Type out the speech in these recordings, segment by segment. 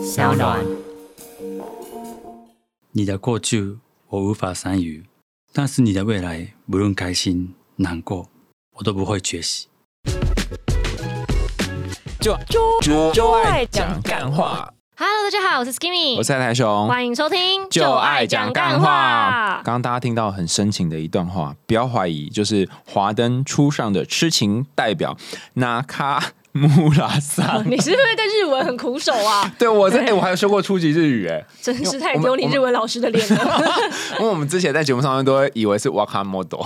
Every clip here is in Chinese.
小暖。 你的过去我无法参与，但是你的未来无论开心难过，我都不会缺席。 就爱讲干话。 Hello， 大家好，我是 Skimmy， 我是台雄， 欢迎收听就爱讲干话。刚刚大家听到很深情的一段话，不要怀疑，就是华灯初上的痴情代表那卡穆拉桑。 你是不是对日文很苦手啊？ 对，我还有修过初级日语哎， 真是太丢你日文老师的脸了。 因为我们之前在节目上面都会以为是 Wakamoto，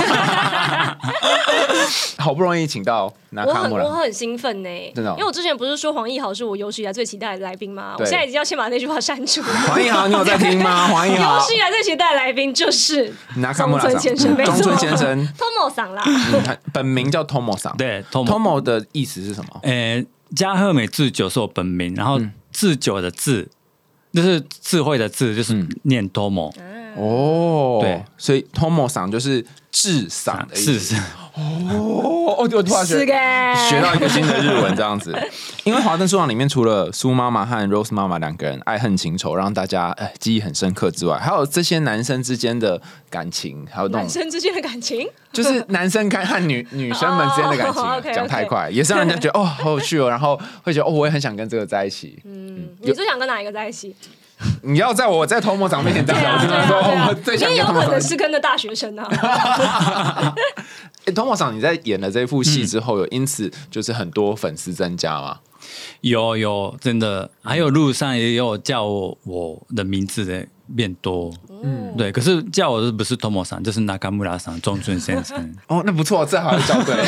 好不容易请到那卡穆拉， 我很兴奋呢， 真的， 因为我之前不是说黄奕豪是我有史以来最期待的来宾吗？我现在已经要先把那句话删除了。 黄奕豪，你有在听吗？黄奕豪， 有史以来最期待的来宾就是那卡穆拉中村先生， 中村先生 ，Tomo 桑啦， 本名叫 Tomo 桑， 对 ，Tomo 的意思是什么？ 加贺美智久是我本名，然后智久的智就是智慧的智，就是念 Tomo。 哦， 对， 所以 Tomo 桑就是智桑的意思。 是。 哦，我突然学到一个新的日文这样子。因为《华灯初上》里面除了苏妈妈和 Rose 妈妈两个人爱恨情仇让大家记忆很深刻之外，还有这些男生之间的感情，还有那种男生之间的感情， 就是男生和女生们之间的感情，讲太快也是让人家觉得好有趣哦，然后会觉得我也很想跟这个在一起。 你最想跟哪一个在一起？ 你要在我在Tomo长面前这样讲，我就能说我最想跟 Tomo长。也有可能是跟着大学生啊。 Tomo长，你在演了这部戏之后，有因此就是很多粉丝增加吗？ 有，真的，还有路上也有叫我的名字的变多。对，可是叫我的不是 Tomo 桑，就是那卡穆拉桑中村先生。 哦，那不错，这好像校对。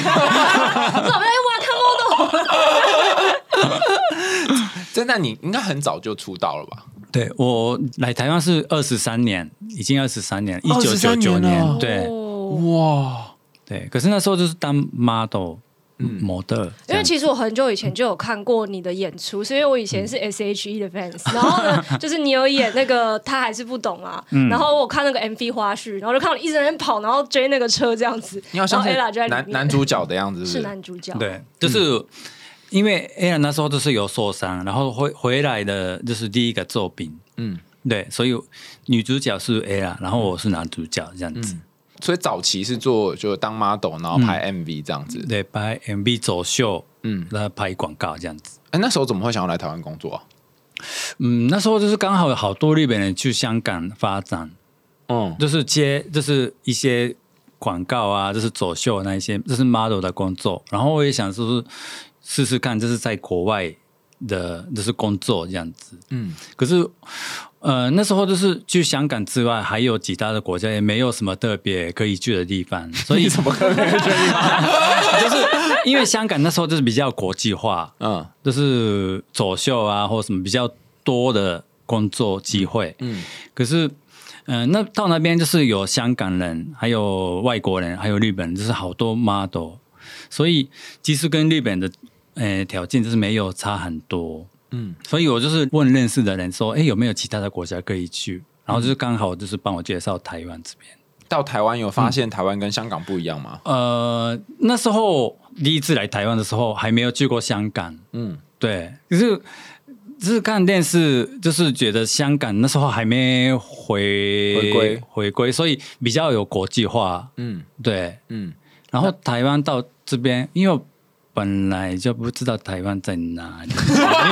真的，你应该很早就出道了吧？ 对，我来台湾是23年，已经23年，1999年。对， 哇， 对，可是那时候就是当 model。模特， 因为其实我很久以前就有看过你的演出，是因为我以前是 SHE 的 fans，然后呢，就是你有演那个他还是不懂啊，然后我看那个 MV 花絮，然后就看到你一直在那边跑，然后追那个车这样子， 你好像是 Ella 就在里面男主角的样子， 是男主角， 对，就是因为 Ella 那时候就是有受伤，然后回来的就是第一个作品，对，所以女主角是 Ella， 然后我是男主角这样子。 所以早期是做就当 model， 然后拍 MV 这样子。 对，拍 MV 走秀，然后拍广告这样子。 那时候怎么会想要来台湾工作啊？ 那时候就是刚好有好多日本人去香港发展，就是就是一些广告啊，就是走秀那一些，就是 model 的工作。然后我也想说试试看，就是在国外的就是工作这样子。可是那时候就是去香港之外，还有其他的国家也没有什么特别可以去的地方，所以怎么可能去的地方？ 就是因为香港那时候就是比较国际化，就是走秀啊或什么比较多的工作机会。可是那到那边就是有香港人，还有外国人，还有日本人，就是好多 model， 所以其实跟日本的条件就是没有差很多。所以我就是问认识的人说，有没有其他的国家可以去？然后就是刚好就是帮我介绍台湾这边。 到台湾有发现台湾跟香港不一样吗？ 那时候第一次来台湾的时候还没有去过香港，对，可是就是看电视，就是觉得香港那时候还没回归，所以比较有国际化，对，然后台湾到这边，因为本来就不知道台湾在哪里。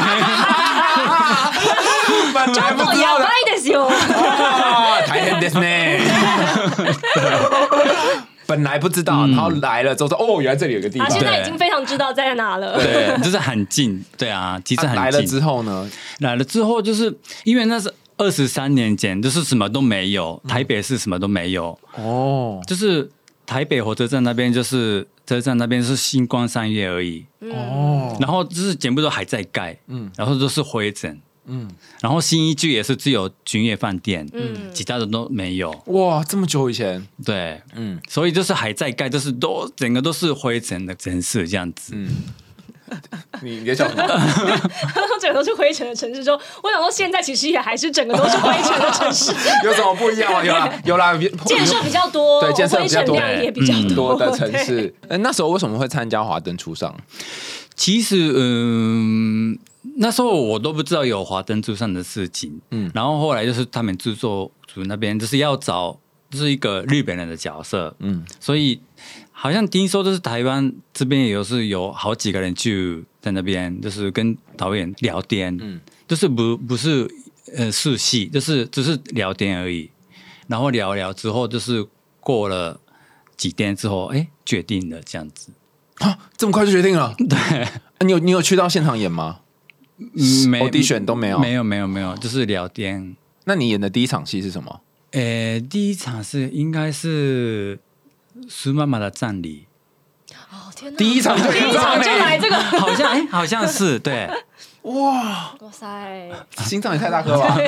本来不知道的。大変ですね。本来不知道，然后来了之后说原来这里有个地方。 现在已经非常知道在哪了。 对，就是很近。对啊，其实很近。 来了之后呢？ 来了之后就是因为那是23年前，就是什么都没有，台北市什么都没有。就是台北火车站那边就是车站那边是星光三月而已，然后就是全部都还在盖，然后都是灰尘，然后新一区也是只有君悦饭店，其他的都没有。 哇，这么久以前， 对，所以就是还在盖，就是整个都是灰尘的城市这样子。 你在笑什么？ 整个都是灰尘的城市中，我想说现在其实也还是整个都是灰尘的城市。 有什么不一样吗？有啦， 建设比较多， 对，建设比较多， 灰尘量也比较多的城市。那时候为什么会参加华灯初上？ 其实， 那时候我都不知道有华灯初上的事情，然后后来就是他们制作组那边就是要找就是一个日本人的角色，所以好像听说就是台湾这边也有好几个人去在那边就是跟导演聊天，就是不是试戏，就是只是聊天而已，然后聊之后就是过了几天之后，决定了这样子。 啊，这么快就决定了？ 对， 你有去到现场演吗？audition 都没有， 没有，就是聊天。 那你演的第一场戏是什么？ 第一场应该是苏妈妈的葬礼。 哦天哪！ 第一场就来这个， 好像是对。 哇塞， 心脏也太大颗了吧！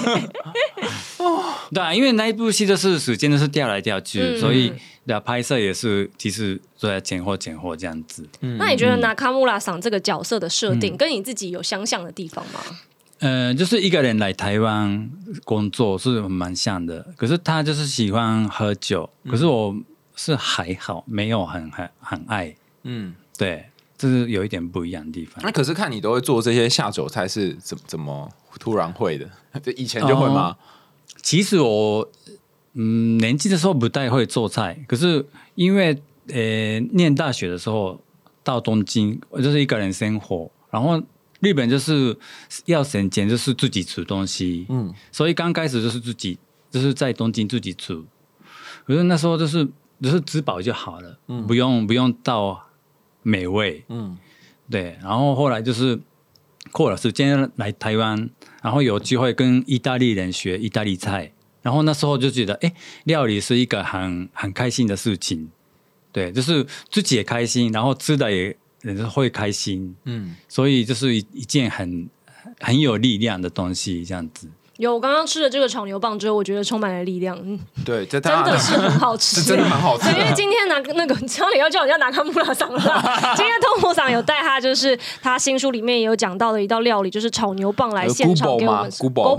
对啊，因为那一部戏就是时间都是调来调去，所以拍摄也是其实都在前后这样子。 那你觉得纳卡穆拉桑这个角色的设定跟你自己有相像的地方吗？ 就是一个人来台湾工作是蛮像的，可是他就是喜欢喝酒，可是我是还好，没有很爱。对。这是有一点不一样的地方。 那可是看你都会做这些下酒菜，是怎么突然会的？以前就会吗？ 其实我年轻的时候不太会做菜，可是因为念大学的时候到东京，我就是一个人生活，然后日本就是要省钱，就是自己煮东西，所以刚开始就是自己就是在东京自己煮，可是那时候就是吃饱就好了，不用到美味，对，然后后来就是过了时间来台湾，然后有机会跟意大利人学意大利菜，然后那时候就觉得，料理是一个很开心的事情，对，就是自己也开心，然后吃的也会开心，所以就是一件很有力量的东西，这样子。 有，我刚刚吃了这个炒牛蒡之后，我觉得充满了力量。 对， 真的是很好吃， 真的蛮好吃。 因为今天那个，张磊要叫人家拿卡穆拉桑了。今天托姆桑有带他，就是他新书里面也有讲到的一道料理，就是炒牛蒡来现场给我们。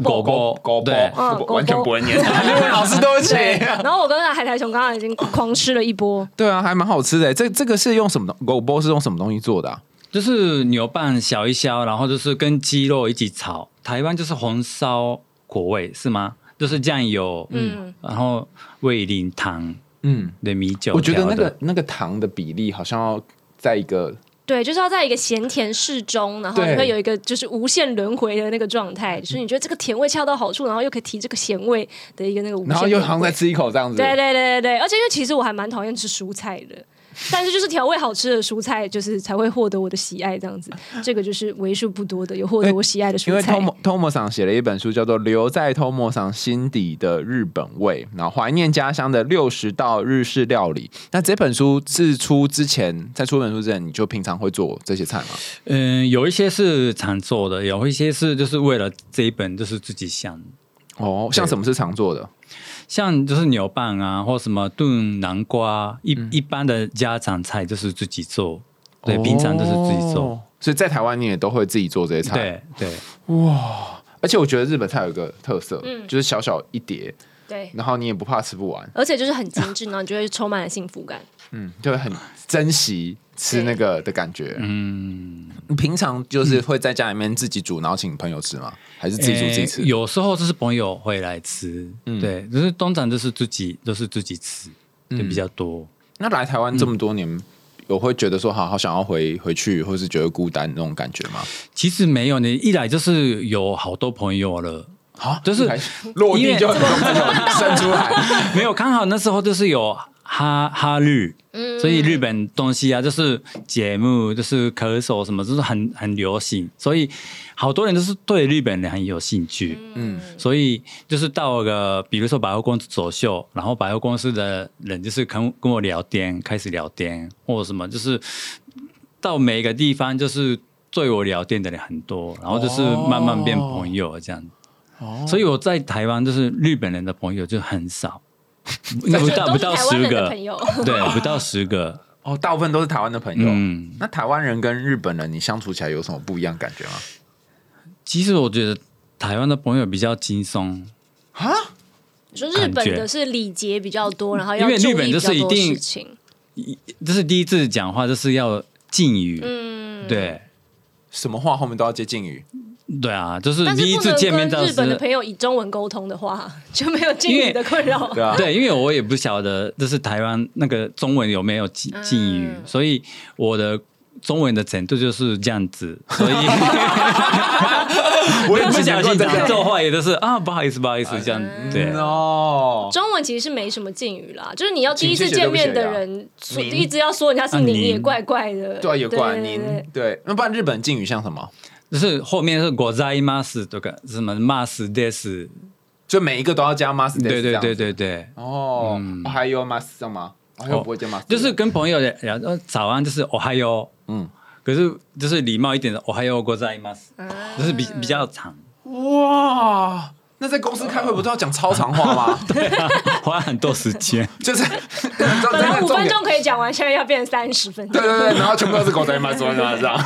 Gobo， 对， 完全不会念，日文老师都会写。 然后我跟海苔熊刚刚已经狂吃了一波。 对啊，还蛮好吃的。这个是用什么？Gobo 是用什么东西做的？ 就是牛蒡削一削，然后就是跟鸡肉一起炒。台湾就是红烧口味是吗？就是酱油，然后味淋糖，的米酒。 我觉得那个糖的比例好像要在一个对，就是要在一个咸甜适中，然后你会有一个就是无限轮回的那个状态，就是你觉得这个甜味恰到好处，然后又可以提这个咸味的一个那个无限轮回， 然后又好像再吃一口这样子。 对，而且因为其实我还蛮讨厌吃蔬菜的。但是就是调味好吃的蔬菜，就是才会获得我的喜爱，这样子。这个就是为数不多的有获得我喜爱的蔬菜。 因为 Tomo 桑写了一本书，叫做《留在 Tomo 桑心底的日本味》，然后怀念家乡的60道日式料理。那这本书在出本书之前，你就平常会做这些菜吗？ 有一些是常做的，有一些是就是为了这一本就是自己想。 哦，像什么是常做的？ 像就是牛蒡啊，或什么炖南瓜，一般的家常菜就是自己做，对，平常都是自己做。 所以在台湾你也都会自己做这些菜， 对。 哇！而且我觉得日本菜有一个特色，就是小小一碟， 对， 然后你也不怕吃不完， 而且就是很精致，然后你就会充满了幸福感， 就会很珍惜吃那个的感觉。你平常就是会在家里面自己煮，然后请朋友吃吗？还是自己煮自己吃？ 有时候就是朋友会来吃，对，就是通常都是自己吃，就比较多。 那来台湾这么多年，有会觉得说好想要回去，或是觉得孤单那种感觉吗？ 其实没有，你一来就是有好多朋友了。就是落地就很多朋友生出来， 没有，刚好那时候就是有哈日，所以日本东西啊，就是节目，就是咳嗽什么，就是很流行，所以好多人都是对日本人很有兴趣，所以就是到了比如说百货公司走秀，然后百货公司的人就是跟我聊天，开始聊天或者什么，就是到每个地方就是对我聊天的人很多，然后就是慢慢变朋友这样。所以我在台湾就是日本人的朋友就很少，不到10个，对，不到10个。 大部分都是台湾的朋友。那台湾人跟日本人你相处起来有什么不一样感觉吗？ 其实我觉得台湾的朋友比较轻松。 你说日本的是礼节比较多，然后要注意因为日本就是一定事情， 就是第一次讲话就是要敬语，对。 什么话后面都要接敬语。 对啊，就是第一次见面但是不能跟日本的朋友以中文沟通的话，就没有敬语的困扰。 对，因为我也不晓得就是台湾那个中文有没有敬语，所以我的中文的程度就是这样子，所以我也不小心讲错话，也都是不好意思这样。对哦，中文其实是没什么敬语啦，就是你要第一次见面的人一直要说人家是您也怪怪的。 对，也怪您。对，那不然日本敬语像什么？ 就是后面是ございますとか什么ますです， 就每一个都要加ますです。 对。 哦，おはようます吗？おはよう不会加ます。 就是跟朋友聊早安就是おはよう，可是就是礼貌一点的おはようございます，就是比较长。 哇，那在公司开会不都要讲超长话吗？ 对啊，花很多时间， 就是本来5分钟可以讲完，现在要变成30分钟。 对，然后全部都是ございます这样。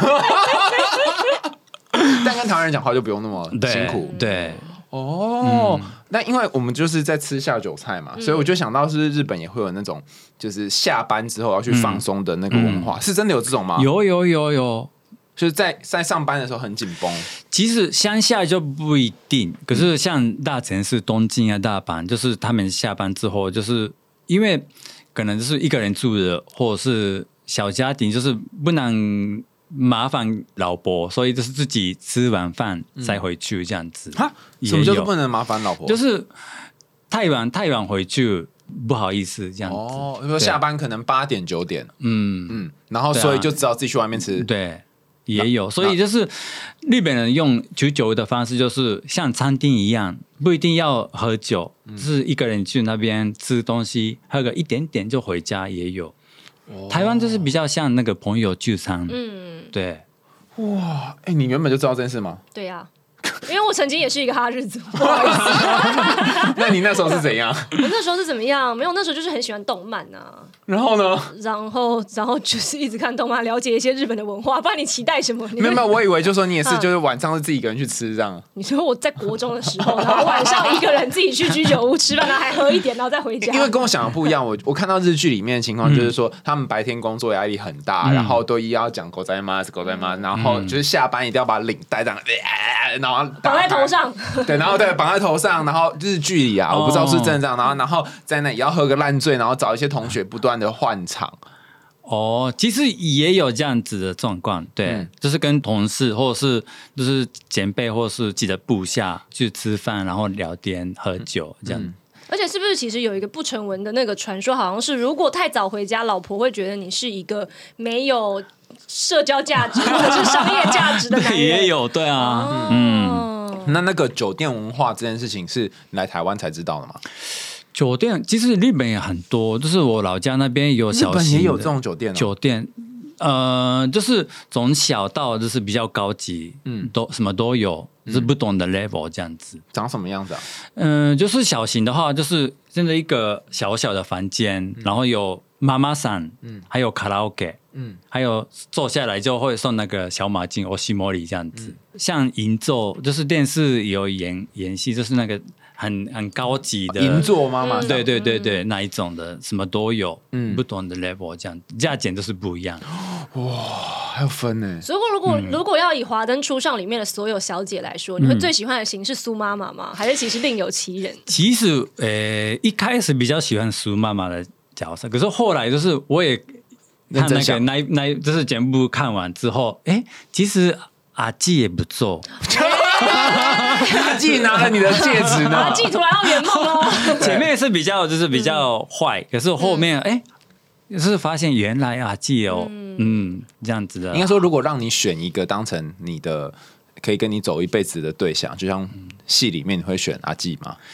但跟台湾人讲话就不用那么辛苦。 对， 那因为我们就是在吃下酒菜嘛，所以我就想到是日本也会有那种就是下班之后要去放松的那个文化，是真的有这种吗？ 有， 就是在上班的时候很紧绷。 其实乡下就不一定，可是像大城市东京啊、大阪，就是他们下班之后，就是因为可能就是一个人住的，或者是小家庭，就是不能麻烦老婆，所以就是自己吃完饭再回去这样子。 什么叫做不能麻烦老婆？ 就是太晚回去不好意思这样子。 比如说下班可能8点9点，然后所以就只好自己去外面吃。 对，也有，所以就是日本人用居酒的方式，就是像餐厅一样，不一定要喝酒，就是一个人去那边吃东西，喝个一点点就回家也有。台湾就是比较像那个朋友聚餐，对。 哇，你原本就知道这件事吗？ 对啊，因为我曾经也是一个哈日族，不好意思。 那你那时候是怎样？ 我那时候是怎么样？没有，那时候就是很喜欢动漫啊。 然后呢？ 然后就是一直看动漫，了解一些日本的文化。不然你期待什么？ 没有，我以为就说你也是，就是晚上是自己一个人去吃这样。 你说我在国中的时候，然后晚上一个人自己去居酒屋吃饭，然后还喝一点，然后再回家。 因为跟我想的不一样，我看到日剧里面的情况就是说，他们白天工作压力很大，然后都要讲ございます，然后就是下班一定要把领带这样，然后绑在头上。 对，然后绑在头上，然后日剧里啊，我不知道是真的这样，然后在那也要喝个烂醉，然后找一些同学不断的换场。 其实也有这样子的状况，对，就是跟同事或者是就是前辈或者是自己的部下去吃饭，然后聊天喝酒这样。 而且是不是其实有一个不成文的那个传说，好像是如果太早回家，老婆会觉得你是一个没有社交价值或者是商业价值的男人。 也有，对啊， 那个酒店文化这件事情是来台湾才知道的吗？ 酒店其实日本也很多，就是我老家那边有小型的， 日本也有这种酒店。 酒店，就是从小到就是比较高级，都什么都有，就是不同的 level 这样子。 长什么样子啊？ 就是小型的话，就是真的一个小小的房间，然后有妈妈桑，还有卡拉 OK，还有坐下来就会送那个小马镜、欧西莫里这样子。像银座，就是电视有演戏，就是那个。很高级的银座妈妈， 对，那一种的什么都有，不同的 level 这样，价钱都是不一样。 哇，还有分呢。 所以如果要以《华灯初上》里面的所有小姐来说，你会最喜欢的型是苏妈妈吗？还是其实另有其人？ 其实一开始比较喜欢苏妈妈的角色，可是后来就是我也看那就是节目看完之后，其实阿纪也不错。 阿纪拿了你的戒指呢？ 阿纪突然要圆梦喽。 前面是比较坏，可是后面就是发现原来阿纪这样子的。 应该说，如果让你选一个当成你的可以跟你走一辈子的对象，就像戏里面你会选阿纪吗？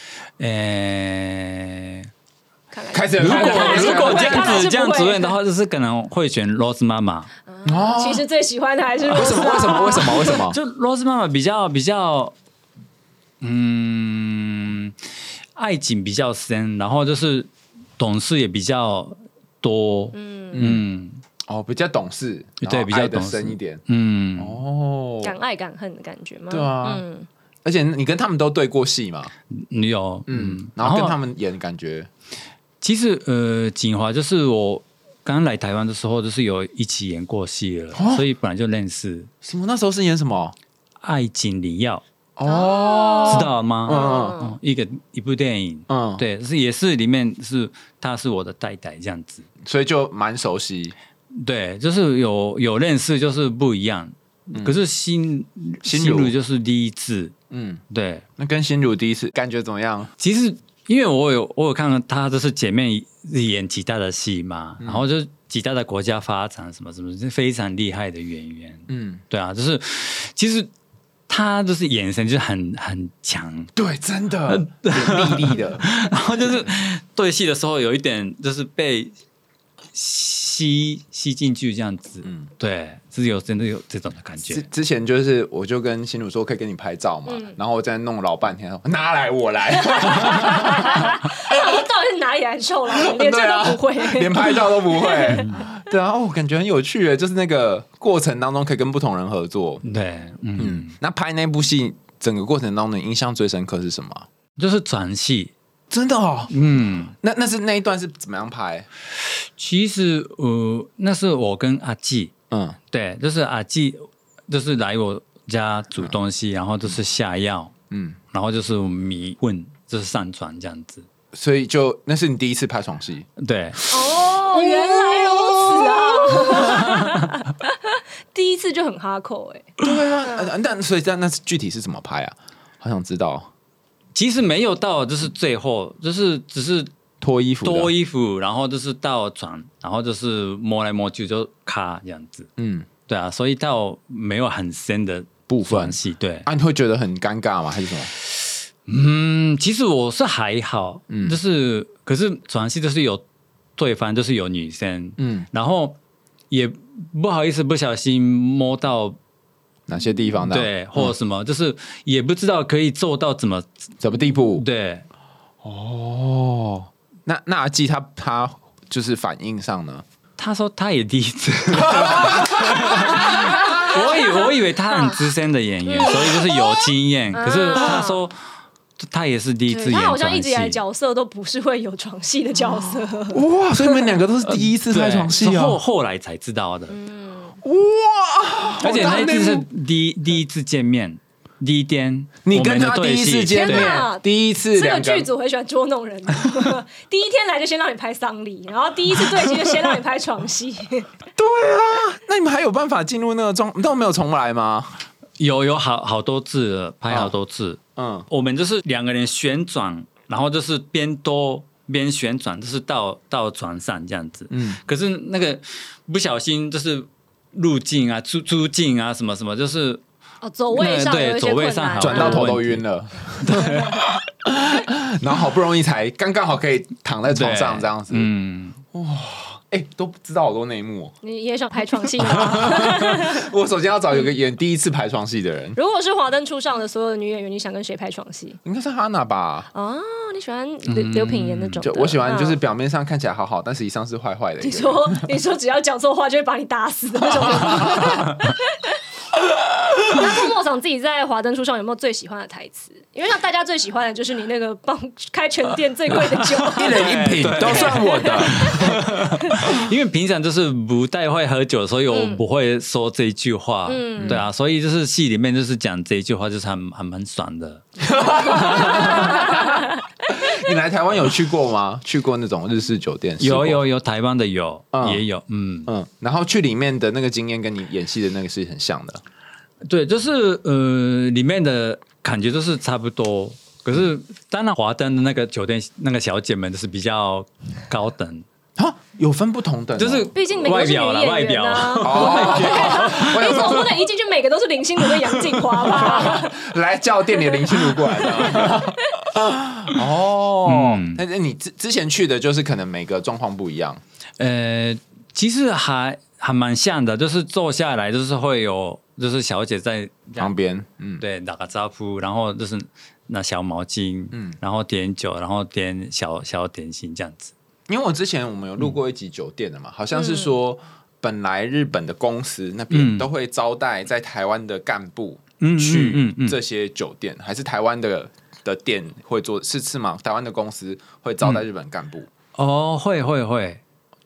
开始，如果这样子问的话，就是可能会选 Rose 妈妈。 其实最喜欢的还是 Rose 为什么？ 就 Rose 妈妈比较，爱情比较深，然后就是懂事也比较多， 比较懂事， 对，比较懂事深一点， 敢爱敢恨的感觉吗？ 对啊，而且你跟他们都对过戏嘛？ 你有， 然后跟他们演，感觉其实锦华就是我刚来台湾的时候，就是有一起演过戏了，所以本来就认识。 什么？那时候是演什么？ 爱情里药哦， 知道吗？一部电影，对，也是里面他是我的太太这样子， 所以就蛮熟悉。 对，就是有认识，就是不一样。可是心如就是第一次，对。那跟心如第一次感觉怎么样？ 其实因为我有看到他就是姐妹演其他的戏嘛，然后就其他的国家发展什么什么，是非常厉害的演员。对啊，就是其实他就是眼神就是很强， 对，真的厉厉的。 然后就是对戏的时候有一点就是被吸进去这样子，对，真的有这种的感觉。 之前就是我就跟心如说可以跟你拍照嘛，然后我在弄老半天，拿来我来。 我到底是哪里来臭了？连这都不会， 连拍照都不会。对啊，我感觉很有趣耶，就是那个过程当中可以跟不同人合作。 对， 那拍那部戏整个过程当中，印象最深刻是什么？ 就是转戏。 真的哦，那一段是怎么样拍？ 其实那是我跟阿纪，对，就是阿纪就是来我家煮东西，然后就是下药，然后就是迷混，就是上床这样子。 所以那是你第一次拍床戏？ 对。 哦，原来如此啊！第一次就很哈扣哎。 对啊，所以那具体是怎么拍啊？好想知道。 其实没有到，就是最后就是只是脱衣服， 然后就是到床，然后就是摸来摸去就咔这样子。对啊，所以到没有很深的部分戏。对啊，你会觉得很尴尬吗？还是什么？ 其实我是还好，就是可是床戏就是有对方，就是有女生，然后也不好意思不小心摸到。 哪些地方的？ 对，或者什么，就是也不知道可以做到怎么地步。 对， 哦，那阿纪他就是反应上呢？ 他说他也第一次，我以为他很资深的演员，所以就是有经验。可是他说他也是第一次演， 他好像一直以来角色都不是会有床戏的角色。 哇，所以你们两个都是第一次拍床戏啊？ 后来才知道的。 哇！ 而且那一次是第一次见面，第一天， 你跟他第一次见面，第一次， 这个剧组很喜欢捉弄人。第一天来就先让你拍丧礼，然后第一次对戏就先让你拍床戏。对啊，那你们还有办法进入那个状？都没有重来吗？ 有好多次了，拍好多次。我们就是两个人旋转，然后就是边旋转，就是到床上这样子。可是那个不小心就是入镜啊、出镜啊什么什么，就是走位上有一些困难， 转到头都晕了。对，然后好不容易才刚好可以躺在床上这样子。哇，都不知道好多内幕。 你也想拍床戏吗？ 我首先要找有个演第一次排床戏的人。 如果是华灯初上的所有的女演员，你想跟谁拍床戏？ 应该是哈娜吧。 哦，你喜欢刘品言那种的？ 我喜欢就是表面上看起来好好，但实际上是坏坏的。 你说只要讲错话就会把你打死的那种人。那莫莫桑自己在华灯初上有没有最喜欢的台词？因为像大家最喜欢的就是你那个帮开全店最贵的酒， 一人一瓶都算我的。 因为平常就是不太会喝酒，所以我不会说这一句话。对啊，所以就是戏里面就是讲这一句话，就是还蛮爽的。 你来台湾有去过吗？去过那种日式酒店？ 有，台湾的也有。 然后去里面的那个经验跟你演戏的那个是很像的。 对，就是里面的感觉都是差不多。可是当然华灯的那个酒店那个小姐们就是比较高等。 有分不同等， 就是毕竟每个都是女演员啊。 外表你总不能一进去每个都是林心如跟杨静华吧？ 来叫店里的林心如过来的。那你之前去的就是可能每个状况不一样。 其实还蛮像的，就是坐下来就是会有就是小姐在旁边， 对，打个招呼，然后就是拿小毛巾，然后点酒，然后点小点心这样子。 因为我们有录过一集酒店的嘛，好像是说本来日本的公司那边都会招待在台湾的干部去这些酒店，还是台湾的店会做是吗？台湾的公司会招待日本干部？ 会，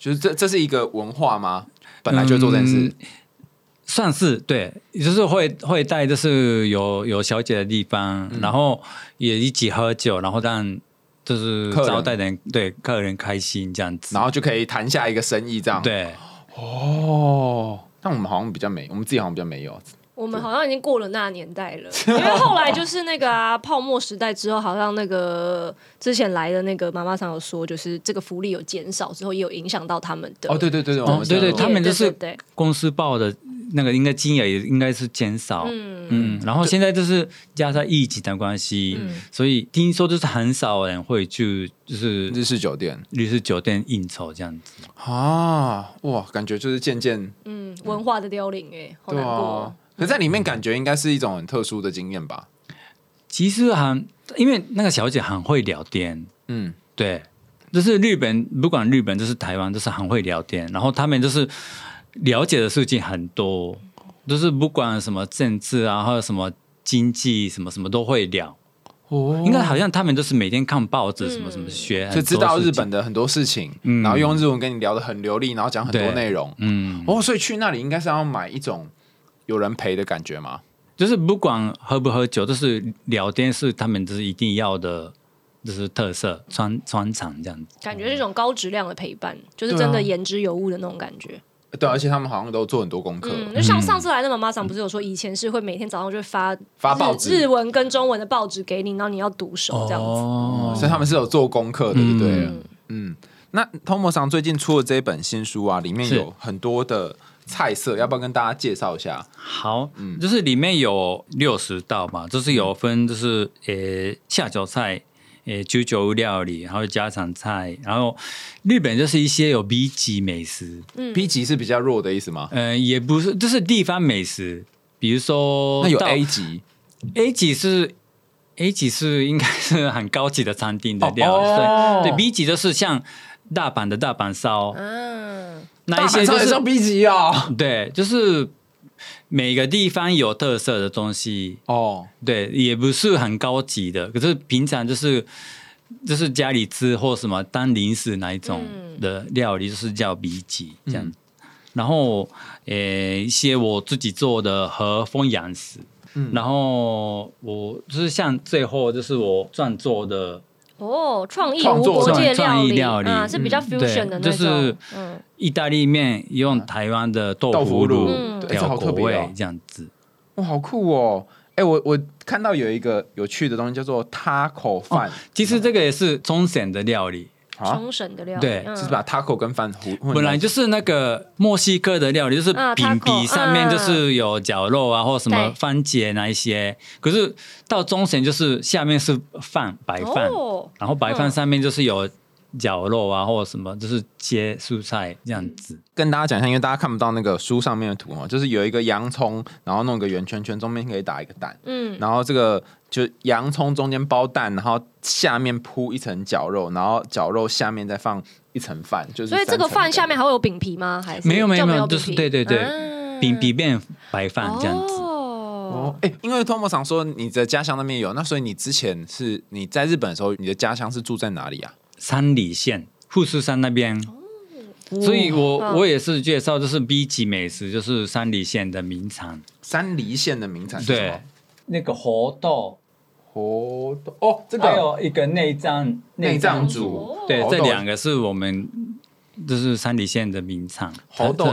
就是这是一个文化吗？本来就做这件事。 算是对，就是会带，就是有小姐的地方，然后也一起喝酒，然后让就是招待人对客人开心这样子， 然后就可以谈下一个生意这样。 对， 但我们好像比较没，我们自己好像比较没有。 我们好像已经过了那年代了，因为后来就是那个泡沫时代之后，好像那个之前来的那个妈妈桑有说，就是这个福利有减少之后，也有影响到他们的。 对， 对，他们就是公司报的那个应该金额也应该是减少，然后现在就是加上疫情的关系，所以听说就是很少人会去就是日式酒店应酬这样子哇，感觉就是渐渐文化的凋零好难过。 可在里面感觉应该是一种很特殊的经验吧。 其实因为那个小姐很会聊天，对，就是不管日本就是台湾，就是很会聊天，然后他们就是了解的事情很多，就是不管什么政治啊，或者什么经济什么什么都会聊。应该好像他们都是每天看报纸什么什么学， 就知道日本的很多事情，然后用日文跟你聊得很流利，然后讲很多内容。所以去那里应该是要买一种有人陪的感觉吗？ 就是不管喝不喝酒，就是聊天是他们就是一定要的，就是特色专场这样子。 感觉是一种高质量的陪伴，就是真的言之有物的那种感觉。 对，而且他们好像都做很多功课。 就像上次来的妈妈桑不是有说，以前是会每天早上就会发报纸， 日文跟中文的报纸给你，然后你要读熟这样子。 所以他们是有做功课的，对不对？那 Tomo 桑最近出的这一本新书啊，里面有很多的菜色，要不要跟大家介绍一下？ 好，就是里面有60道嘛，就是有分就是下酒菜。居酒屋料理，然后家常菜，然后日本就是一些有 B 级美食 ，B 级是比较弱的意思吗？ 也不是，就是地方美食，比如说那有 A 级 ，A 级是应该是很高级的餐厅的料理，对 B 级就是像大阪的大阪烧，那一些就是 B 级对，就是每个地方有特色的东西对，也不是很高级的，可是平常就是家里吃或什么当零食那一种的料理，就是叫 B 级这样。然后一些我自己做的和风洋食，然后我就是像最后就是我创作的创意无国界料理是比较 fusion 的那种， 就是意大利面用台湾的豆腐乳调口味这样子。 哇，好酷哦！我看到有一个有趣的东西叫做 taco 饭， 其实这个也是冲绳的料理。 冲绳的料理， 对， 是把 taco 跟饭本来就是那个墨西哥的料理，就是饼皮上面就是有绞肉啊，或什么番茄那一些。可是到冲绳就是下面是白饭，然后白饭上面就是有绞肉啊，或者什么，就是切蔬菜这样子。 跟大家讲一下，因为大家看不到那个书上面的图嘛，就是有一个洋葱，然后弄个圆圈圈，中间可以打一个蛋，然后这个就洋葱中间包蛋，然后下面铺一层绞肉，然后绞肉下面再放一层饭，就是所以这个饭下面还会有饼皮吗？还是没有，就是对，饼皮变白饭这样子。 因为 Tomo 桑说你的家乡那边有，那所以你之前是你在日本的时候，你的家乡是住在哪里啊？ 山梨县富士山那边。所以我也是介绍，就是 B 级美食，就是山梨县的名产。 山梨县的名产是什么？ 对，那个活豆这个还有一个内脏煮， 对，这两个是我们就是山梨县的名产。 活豆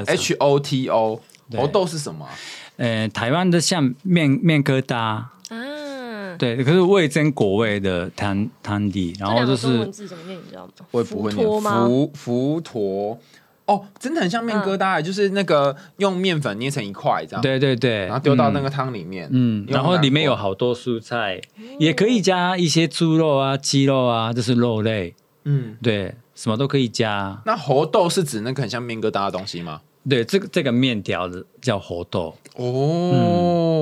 HOTO， 活豆是什么？ 台湾的像面疙瘩对，可是味噌果味的汤底，然后就是中文字怎么念你知道吗？ 我也不会念。浮陀真的很像面疙瘩，就是那个用面粉捏成一块这样。 对， 然后丢到那个汤里面。 然后里面有好多蔬菜，也可以加一些猪肉啊、鸡肉啊，就是肉类。对，什么都可以加。 那活豆是指那个很像面疙瘩的东西吗？ 对，这个面条的叫活豆。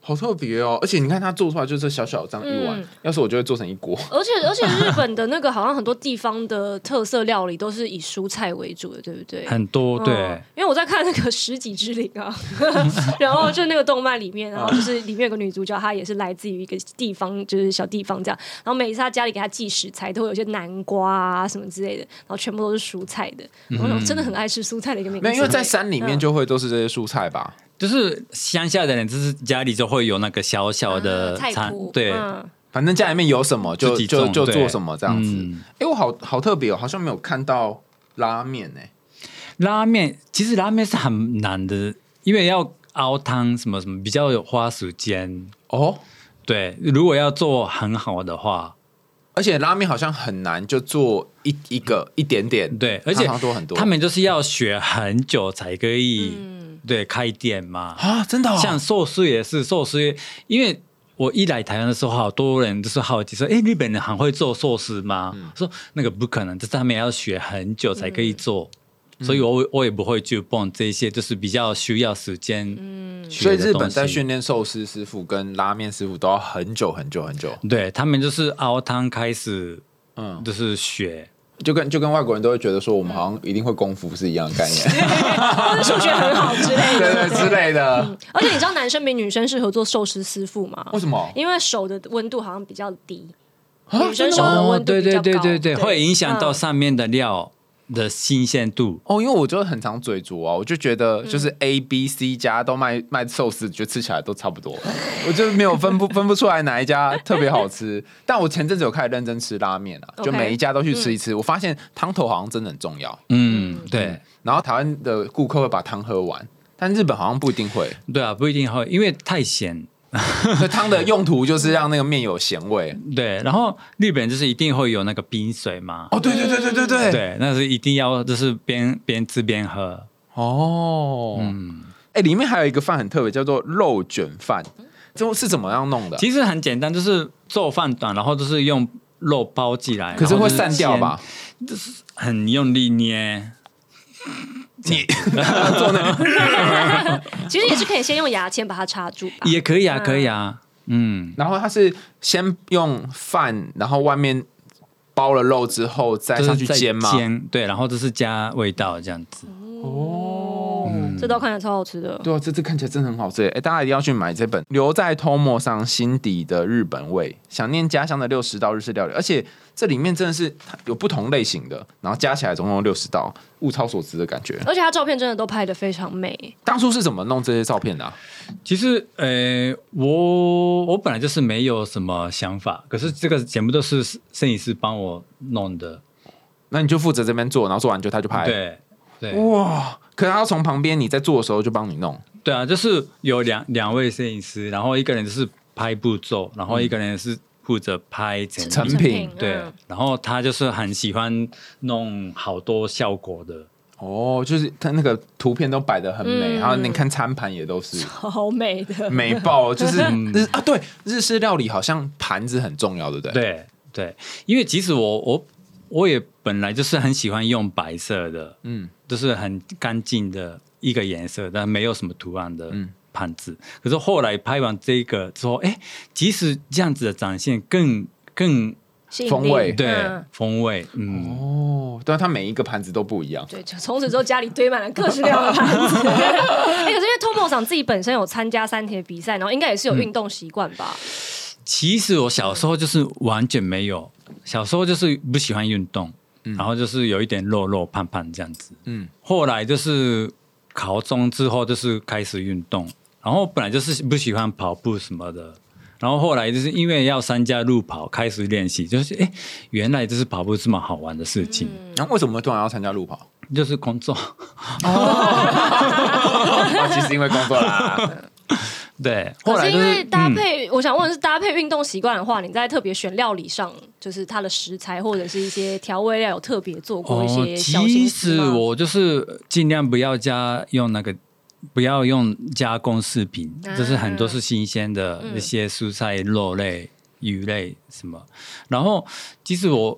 好特别哦！而且你看它做出来就是小小这样一碗，要是我就会做成一锅。 而且日本的那个好像很多地方的特色料理都是以蔬菜为主的，对不对？ 很多对， 因为我在看那个《十几之灵》啊，然后就那个动漫里面，然后就是里面有个女主角，她也是来自于一个地方，就是小地方这样。然后每一次她家里给她寄食材，都会有些南瓜啊什么之类的，然后全部都是蔬菜的。我真的很爱吃蔬菜的一个名字。 因为在山里面就会都是这些蔬菜吧。 就是乡下的人，就是家里就会有那个小小的菜谱， 对， 反正家里面有什么就做什么这样子。我好特别哦，好像没有看到拉面拉面其实拉面是很难的，因为要熬汤什么什么比较有花时间哦。对，如果要做很好的话， 而且拉面好像很难就做一点点， 对，而且很多， 他们就是要学很久才可以。对，开店嘛啊，真的像寿司也是寿司，因为我一来台湾的时候，好多人都是好奇说：“日本人很会做寿司吗？”说那个不可能，就是他们要学很久才可以做，所以我也不会去碰这些，就是比较需要时间。 所以日本在训练寿司师傅跟拉面师傅都要很久很久很久。 对，他们就是熬汤开始，就是学。 就跟外国人都会觉得说我们好像一定会功夫是一样的概念， 或者数学很好之类的， 对之类的。 而且你知道男生比女生适合做寿司师傅吗？ 为什么？ 因为手的温度好像比较低，女生手的温度比较高， 对，会影响到上面的料的新鲜度。 因为我就很常嘴拙啊，我就觉得就是 A、B、C 家都卖寿司，觉得吃起来都差不多，我就没有分不出来哪一家特别好吃。但我前阵子有开始认真吃拉面了，就每一家都去吃一次，我发现汤头好像真的很重要。 对。 然后台湾的顾客会把汤喝完，但日本好像不一定会。 对啊，不一定会，因为太咸。 汤的用途就是让那个面有咸味。 对，然后日本就是一定会有那个冰水嘛。 对， 那是一定要就是边吃边喝。 里面还有一个饭很特别，叫做肉卷饭，这是怎么样弄的？ 其实很简单，就是做饭团，然后就是用肉包起来， 可是会散掉吧？ 就是很用力捏。 你做那个， 其实也是可以先用牙签把它插住吧， 也可以啊，可以啊， 然后它是先用饭，然后外面包了肉之后再上去煎吗？ 对，然后就是加味道这样子。 这道看起来超好吃的。 对啊，这看起来真的很好吃。大家一定要去买这本《留在 Tomo 上心底的日本味：想念家乡的60道日式料理》，而且这里面真的是有不同类型的，然后加起来总共60道，物超所值的感觉。 而且它照片真的都拍得非常美。 当初是怎么弄这些照片的？ 其实，我本来就是没有什么想法，可是这个节目都是摄影师帮我弄的。 那你就负责这边做，然后做完他就拍。 对， 哇！可是他从旁边你在做的时候就帮你弄。 对啊，就是有两位摄影师，然后一个人就是拍步骤，然后一个人是负责拍成品。 对，然后他就是很喜欢弄好多效果的。 就是他那个图片都摆得很美，然后你看餐盘也都是超美的， 美爆。就是对，日式料理好像盘子很重要，对不对？ 对，因为其实我也本来就是很喜欢用白色的，就是很干净的一个颜色，但没有什么图案的盘子。可是后来拍完这个之后，即使这样子的展现更风味， 对，风味， 但它每一个盘子都不一样。 对，从此之后家里堆满了各式各样的盘子。可是因为 Tomo 桑自己本身有参加3铁比赛，然后应该也是有运动习惯吧？ 其实我小时候就是完全没有，小时候就是不喜欢运动，然后就是有一点肉胖胖这样子。后来就是高中之后就是开始运动，然后本来就是不喜欢跑步什么的，然后后来就是因为要参加路跑开始练习，就是原来就是跑步这么好玩的事情。 然后为什么突然要参加路跑？ 就是工作。 其实因为工作啦。 对， 可是因为搭配，我想问的是搭配运动习惯的话，你在特别选料理上，就是它的食材或者是一些调味料，有特别做过一些小心思吗？ 其实我就是尽量不要不要用加工食品，就是很多是新鲜的一些蔬菜、肉类、鱼类什么。然后其实我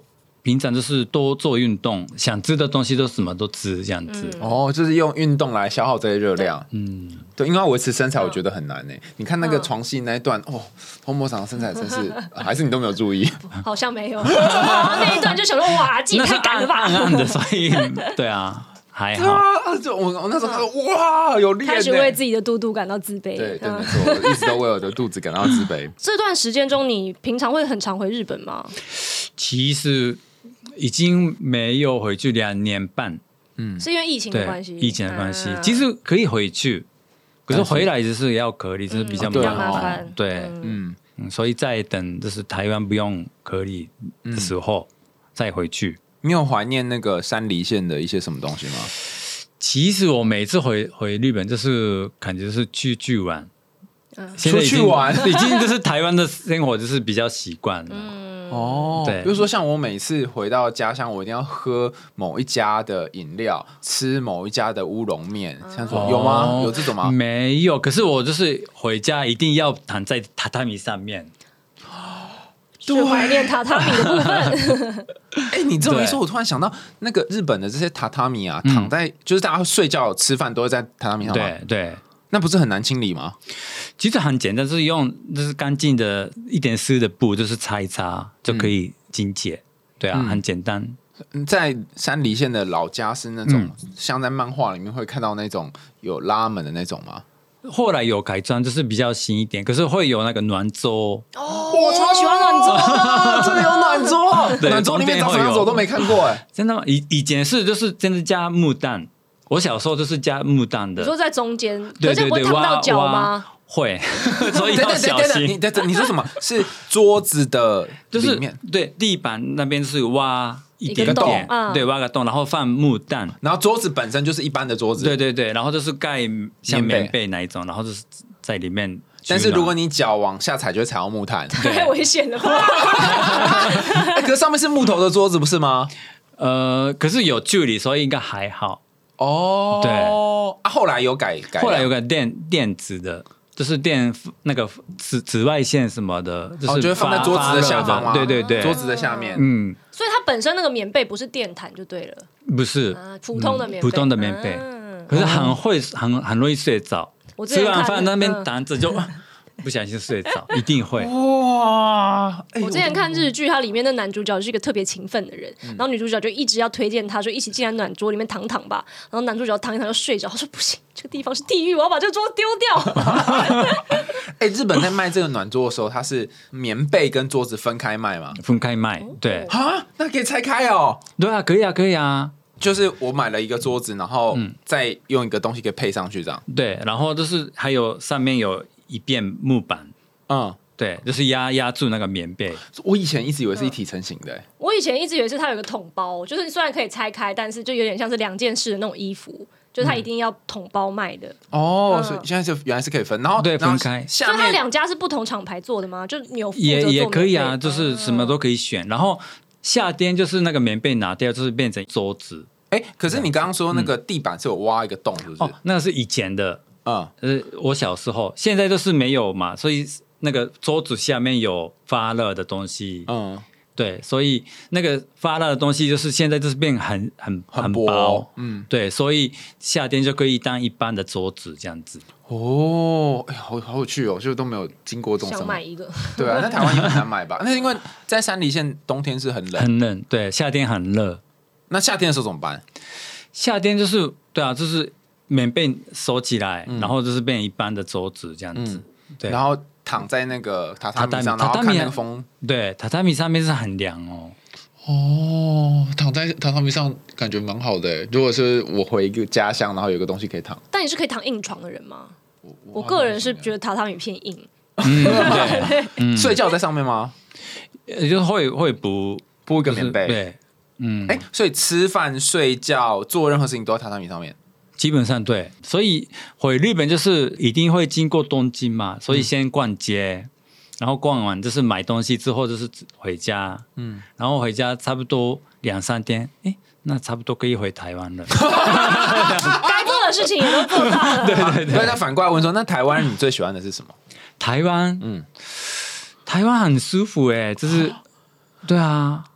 平常就是多做运动，想吃的东西都什么都吃这样子。 就是用运动来消耗这些热量。对，因为要维持身材，我觉得很难呢。你看那个床戏那一段，红魔长的身材真是，还是你都没有注意？ 好像没有。那一段就想说，哇，自己太赶了吧？ 暗暗的，所以对啊。还好， 就我那时候看到哇，有练， 开始为自己的肚肚感到自卑。 对，没错，我一直都为我的肚子感到自卑。 这段时间中，你平常会很常回日本吗？ 其实已经没有回去2年半， 是因为疫情的关系。 疫情的关系，其实可以回去，可是回来就是要隔离，就是比较麻烦。对，所以在等就是台湾不用隔离的时候再回去。 你有怀念那个山梨县的一些什么东西吗？ 其实我每次回日本就是感觉是去玩， 出去玩已经就是台湾的生活就是比较习惯了。 对，比如说像我每次回到家乡，我一定要喝某一家的饮料，吃某一家的乌龙面，像说有吗？有这种吗？ 没有，可是我就是回家一定要躺在榻榻米上面。 是怀念榻榻米的部分。 你这么一说，我突然想到那个日本的这些榻榻米啊，躺在就是大家睡觉、吃饭都会在榻榻米上吗？ 对， 那不是很难清理吗？ 其实很简单，就是用就是干净的一点湿的布，就是擦一擦就可以清洁。对啊，很简单。 在山梨县的老家是那种像在漫画里面会看到那种有拉门的那种吗？ 后来有改装，就是比较新一点，可是会有那个暖桌。 我超喜欢暖桌的， 真的有暖桌，暖桌里面长什么样子我都没看过哎。 真的吗？以前是就是真的加木蛋，我小时候就是加木蛋的。 你说在中间， 对对对， 会烫到脚吗？ 会，所以要小心。 你说什么？是桌子的就是里面， 对，地板那边是挖一点点，对，挖个洞，然后放木蛋， 然后桌子本身就是一般的桌子， 对对对，然后就是盖像棉被那一种，然后就是在里面。 但是如果你脚往下踩，就会踩到木炭， 太危险了吧？ 可是上面是木头的桌子，不是吗？ 可是有距离，所以应该还好。 对后来有改， 后来有改电子的。就是电那个紫外线什么的， 就是放在桌子的下方吗？ 对对对， 桌子的下面。 所以它本身那个棉被不是电毯就对了， 不是普通的棉被， 普通的棉被，可是很容易睡着。吃完饭那边躺着就不小心睡着，一定会。 哇！我之前看日剧，它里面的男主角是一个特别勤奋的人，然后女主角就一直要推荐他说一起进来暖桌里面躺躺吧，然后男主角躺一躺就睡着，他说不行，这个地方是地狱，我要把这个桌丢掉。 日本在卖这个暖桌的时候，它是棉被跟桌子分开卖吗？ 分开卖，对。 那可以拆开哦。 对啊，可以啊，可以啊。 就是我买了一个桌子，然后再用一个东西给配上去，这样。 对，然后就是还有上面有一片木板，对，就是压住那个棉被。 我以前一直以为是一体成型的， 我以前一直以为是它有个桶包，就是虽然可以拆开，但是就有点像是2件式的那种衣服，就是它一定要桶包卖的。 所以现在就原来是可以分，然后对分开。 所以它2家是不同厂牌做的吗？就你有也可以啊，就是什么都可以选。然后夏天就是那个棉被拿掉，就是变成桌子。 可是你刚刚说那个地板是有挖一个洞，是不是？ 那个是以前的，我小时候，现在就是没有嘛，所以那个桌子下面有发热的东西，对，所以那个发热的东西就是现在就是变很薄，对，所以夏天就可以当一般的桌子这样子。 好有趣哦，就都没有经过这种。 想买一个， 对啊，那台湾也很难买吧？那因为在山梨县冬天是很冷， 很冷，对，夏天很热。 那夏天的时候怎么办？ 夏天就是对啊，就是棉被收起来，然后就是变一般的桌子这样子，对， 然后躺在那个榻榻米上，然后看那个风。 对，榻榻米上面是很凉哦。 躺在榻榻米上感觉蛮好的。如果是我回一个家乡，然后有个东西可以躺， 但你是可以躺硬床的人吗？我个人是觉得榻榻米偏硬。 对，睡觉在上面吗？ 就是会补一个棉被， 对。 所以吃饭、睡觉、做任何事情都在榻榻米上面。 基本上对，所以回日本就是一定会经过东京嘛，所以先逛街，然后逛完就是买东西之后就是回家，然后回家差不多2-3天，那差不多可以回台湾了。 该做的事情也都做到了。 对。 那反过来问说，那台湾你最喜欢的是什么？ 台湾，台湾很舒服就是对啊。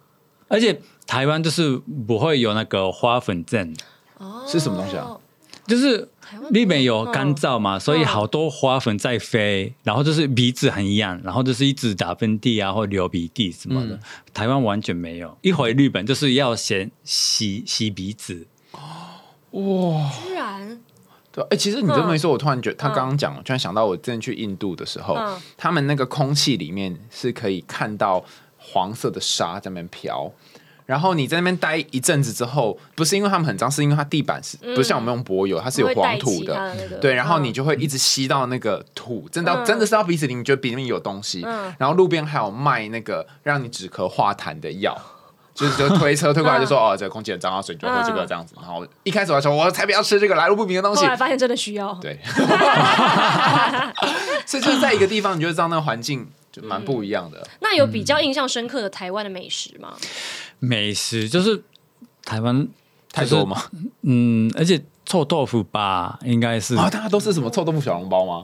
而且台湾就是不会有那个花粉症。 是什么东西啊？ 就是日本有干燥嘛，所以好多花粉在飞，然后就是鼻子很痒，然后就是一直打喷嚏啊或流鼻涕什么的。台湾完全没有，一回日本就是要先洗鼻子。 哇， 居然。 对，其实你这么一说，我突然觉得他刚刚讲，突然想到我之前去印度的时候，他们那个空气里面是可以看到黄色的沙在那边飘。然后你在那边待一阵子之后，不是因为他们很脏，是因为它地板不是像我们用柏油，它是有黄土的，对，然后你就会一直吸到那个土，真的是到鼻子里，你觉得鼻里有东西。然后路边还有卖那个让你止咳化痰的药，就推车推过来就说这个空气很脏，所以你就喝这个这样子。然后一开始我说我才不要吃这个来路不明的东西， 后来发现真的需要。 对，所以就是在一个地方，你就知道那个环境就蛮不一样的。 那有比较印象深刻的台湾的美食吗？ 美食就是台湾太多吗？ 而且臭豆腐吧，应该是大家都是什么臭豆腐小笼包吗？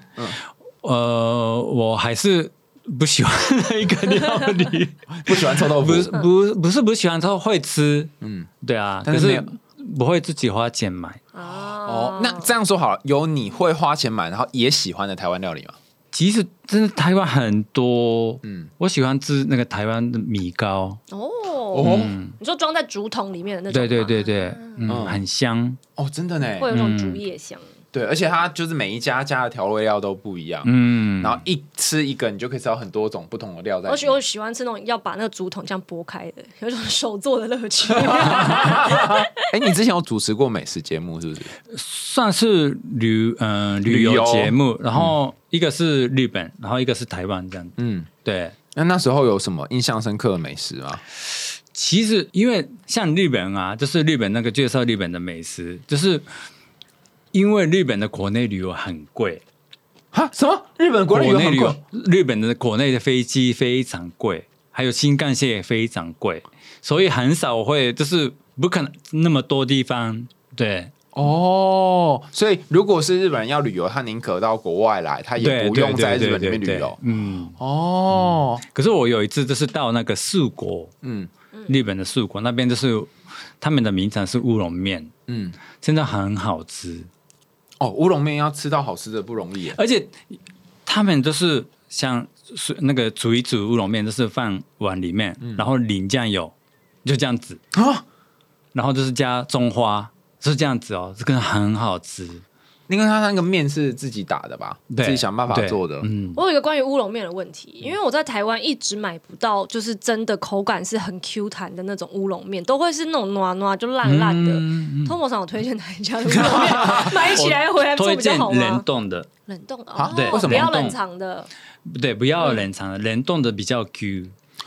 我还是不喜欢那一个料理， 不喜欢臭豆腐， 不是不喜欢，他会吃，对啊，可是不会自己花钱买。 那这样说好了，有你会花钱买，然后也喜欢的台湾料理吗？ 其实真的台湾很多，我喜欢吃那个台湾的米糕。 你说装在竹筒里面的那种吗？ 对，很香真的呢， 会有那种竹叶香。 对，而且它就是每一家加的调味料都不一样，然后一吃一个你就可以吃到很多种不同的料在里面。而且我喜欢吃那种要把那个竹筒这样剥开的，有一种手做的乐趣。 你之前有主持过美食节目是不是？ 算是旅游节目，然后一个是日本，然后一个是台湾这样。对。 那时候有什么印象深刻的美食吗？ 其实因为像日本啊，就是日本那个介绍日本的美食，就是因为日本的国内旅游很贵。 什么？日本国内旅游很贵？ 日本的国内的飞机非常贵，还有新干线也非常贵，所以很少会，就是不可能那么多地方。对。 所以如果是日本人要旅游，他宁可到国外来，他也不用在日本里面旅游。 可是我有一次就是到那个四国，日本的四国那边，就是他们的名产是乌龙面，真的很好吃。 乌龙面要吃到好吃的不容易耶， 而且他们都是像那个煮一煮乌龙面，就是放碗里面，然后淋酱油，就这样子然后就是加中花。是这样子这个很好吃。 因为他那个面是自己打的吧，自己想办法做的。 我有一个关于乌龙面的问题，因为我在台湾一直买不到，就是真的口感是很 Q 弹的那种乌龙面，都会是那种软软就烂烂的。Tomo 上有推荐哪一家的乌龙面？买起来回来做比较好吗？ 推荐冷冻的。 冷冻的对， 为什么不要冷藏的？ 对，不要冷藏的，冷冻的比较 Q。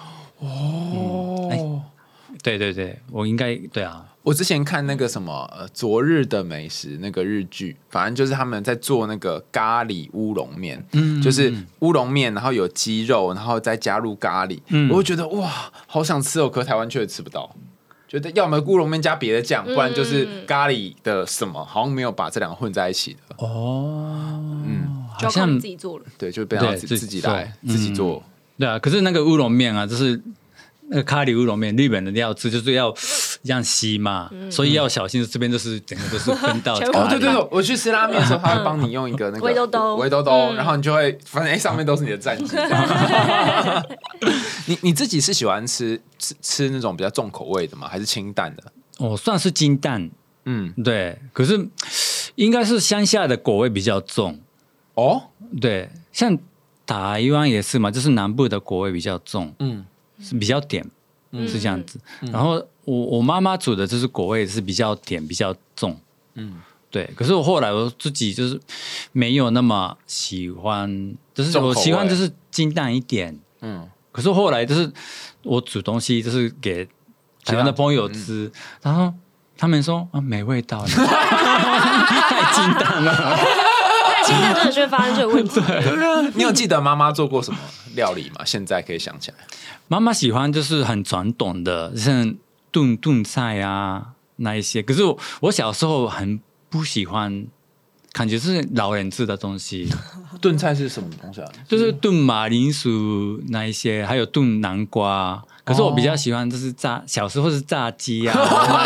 对，我应该对啊。 我之前看那个什么昨日的美食那个日剧，反正就是他们在做那个咖喱乌龙面，就是乌龙面，然后有鸡肉，然后再加入咖喱，我就觉得哇，好想吃可台湾确实吃不到。觉得要么乌龙面加别的酱，不然就是咖喱的什么，好像没有把这两个混在一起的。 就要靠你自己做了。 对，就变成自己来自己做。 对啊，可是那个乌龙面啊，就是那个咖喱乌龙面，日本人要吃就是要这样吸嘛，所以要小心。这边就是整个都是分到对，我去吃拉面的时候，他会帮你用一个那个围兜兜，然后你就会发现上面都是你的战绩。你自己是喜欢吃那种比较重口味的吗？还是清淡的？ 算是清淡，对。可是应该是乡下的口味比较重对，像台湾也是嘛，就是南部的口味比较重，是比较甜，是这样子。然后我妈妈煮的就是口味是比较甜，比较重，对。可是我后来我自己就是没有那么喜欢，就是我喜欢就是清淡一点，可是后来就是我煮东西就是给台湾的朋友吃，然后他们说没味道了，太清淡了。 清淡真的就会发生这个问题。 你有记得妈妈做过什么料理吗？现在可以想起来。 妈妈喜欢就是很传统的，像炖菜啊那一些。可是我小时候很不喜欢感觉是老人吃的东西。 炖菜是什么东西啊？ 就是炖马铃薯那一些，还有炖南瓜。可是我比较喜欢就是小时候是炸鸡啊，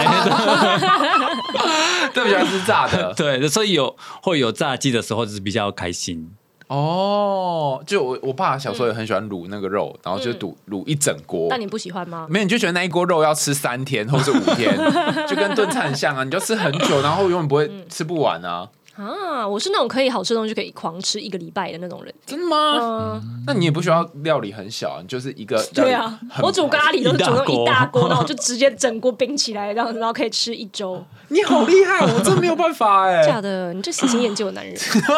对，比较是炸的。 对，所以会有炸鸡的时候就是比较开心。 哦，就我爸小时候也很喜欢卤那个肉，然后就卤一整锅。 但你不喜欢吗？ 没有，你就觉得那一锅肉要吃3天或是5天，就跟炖菜很像啊，你就吃很久，然后永远不会吃不完啊。 我是那种可以好吃的东西可以狂吃1个礼拜的那种人。 真的吗？那你也不需要料理很小，你就是一个。 对啊，我煮咖喱都是煮那种一大锅，然后就直接整锅冰起来，然后可以吃1周。 你好厉害，我真没有办法哎。 假的，你这喜新厌旧的男人。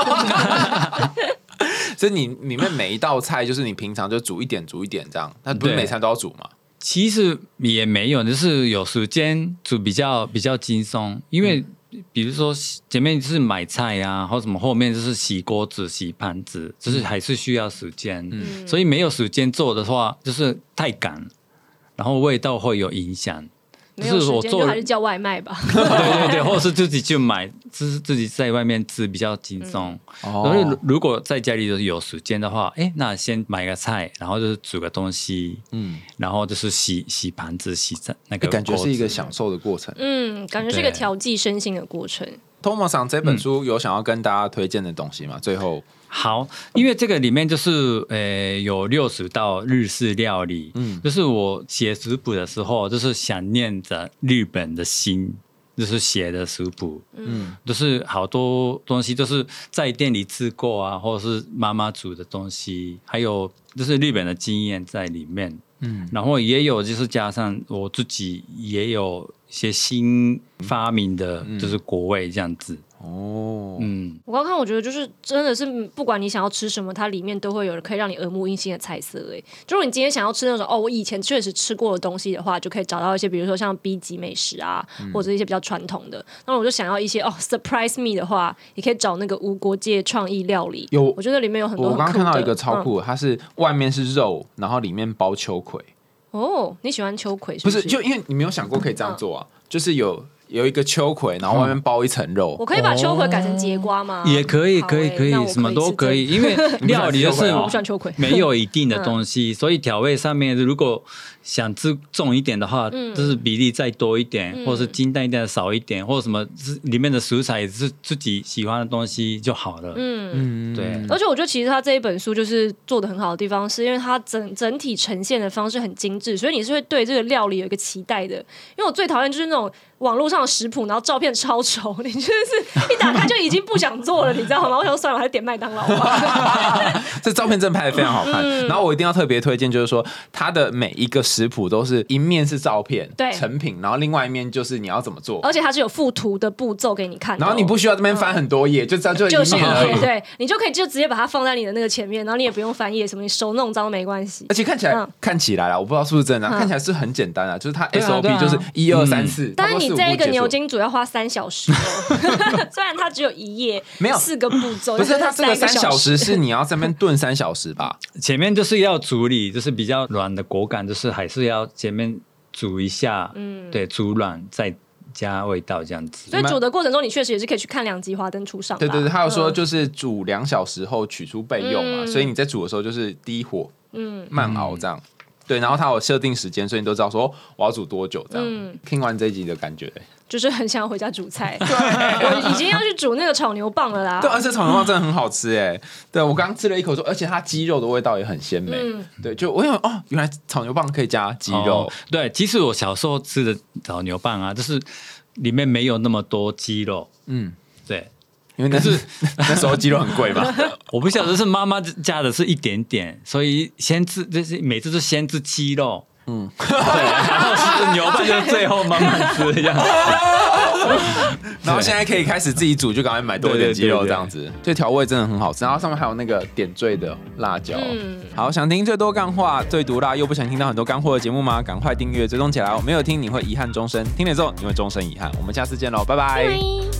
所以你里面每一道菜就是你平常就煮一点这样，那不是每餐都要煮吗？ 其实也没有，就是有时间煮比较轻松，因为比如说前面就是买菜啊，或什么后面就是洗锅子、洗盘子，就是还是需要时间，所以没有时间做的话，就是太赶，然后味道会有影响。 没有时间就还是叫外卖吧。 对，或者是自己去买，就是自己在外面吃比较轻松。然后如果在家里有时间的话，那先买个菜，然后就是煮个东西，然后就是洗盘子、洗那个， 感觉是一个享受的过程。 感觉是一个调剂身心的过程。 Tomo桑这本书有想要跟大家推荐的东西吗？最后。 好，因为这个里面就是有60道日式料理，就是我写食谱的时候，就是想念着日本的心，就是写的食谱，就是好多东西都是在店里吃过啊，或者是妈妈煮的东西，还有就是日本的经验在里面，然后也有就是加上我自己也有一些新发明的，就是国味这样子。 我刚看，我觉得就是真的是，不管你想要吃什么，它里面都会有可以让你耳目一新的菜色。就如果你今天想要吃那种我以前确实吃过的东西的话，就可以找到一些，比如说像 B 级美食啊，或者一些比较传统的。那我就想要一些surprise me 的话，也可以找那个无国界创意料理。我觉得里面有很多很酷的。 我刚看到一个超酷的，它是外面是肉，然后里面包秋葵。 你喜欢秋葵是不是？ 不是，就因为你没有想过可以这样做啊，就是有一个秋葵，然后外面包一层肉。 我可以把秋葵改成节瓜吗？ 也可以，什么都可以。因为料理就是我不喜欢秋葵， 没有一定的东西，所以调味上面如果想吃重一点的话，就是比例再多一点，或者是清淡一点的少一点，或者什么里面的食材是自己喜欢的东西就好了。对。 而且我觉得其实他这一本书就是做的很好的地方，是因为它整体呈现的方式很精致，所以你是会对这个料理有一个期待的。因为我最讨厌就是那种网络上的食谱，然后照片超丑，你就是一打开就已经不想做了，你知道吗？我想说算了，我还是点麦当劳吧。 这照片真的拍得非常好看。然后我一定要特别推荐，就是说它的每一个食谱都是一面是照片成品，然后另外一面就是你要怎么做， 而且它是有附图的步骤给你看， 然后你不需要这边翻很多页，就这样就一面而已。 对，你就可以就直接把它放在你的那个前面，然后你也不用翻页什么，你手弄脏都没关系。 而且看起来啦，我不知道是不是真的，看起来是很简单啊，就是它 SOP 就是1、2、3、4。 但是你这一个牛筋煮要花3小时虽然它只有1页，没有4个步骤， 不是它这个3小时是你要在那边炖3小时吧？ 前面就是要处理，就是比较软的果感，就是还是要前面煮一下，对，煮软再加味道这样子。 所以煮的过程中，你确实也是可以去看2集《华灯初上》。 对，他有说就是煮2小时后取出备用嘛，所以你在煮的时候就是低火，慢熬这样。对，然后他有设定时间，所以你都知道说我要煮多久这样。听完这一集的感觉， 就是很想要回家煮菜。我已经要去煮那个炒牛蒡了啦。 对，而且炒牛蒡真的很好吃哎。对，我刚刚吃了一口说，而且它鸡肉的味道也很鲜美。对，就我以为原来炒牛蒡可以加鸡肉。 对，其实我小时候吃的炒牛蒡啊，就是里面没有那么多鸡肉。对。 因为那时候鸡肉很贵嘛， 我不晓得是妈妈加的是一点点，所以先吃就是每次都先吃鸡肉，对，然后是牛蒡就最后慢慢吃这样。 然后现在可以开始自己煮，就赶快买多一点鸡肉这样子，所以调味真的很好吃。然后上面还有那个点缀的辣椒。好，想听最多干话、最毒辣又不想听到很多干货的节目吗？赶快订阅追踪起来哦！没有听你会遗憾终身，听了之后你会终身遗憾。我们下次见喽，拜拜。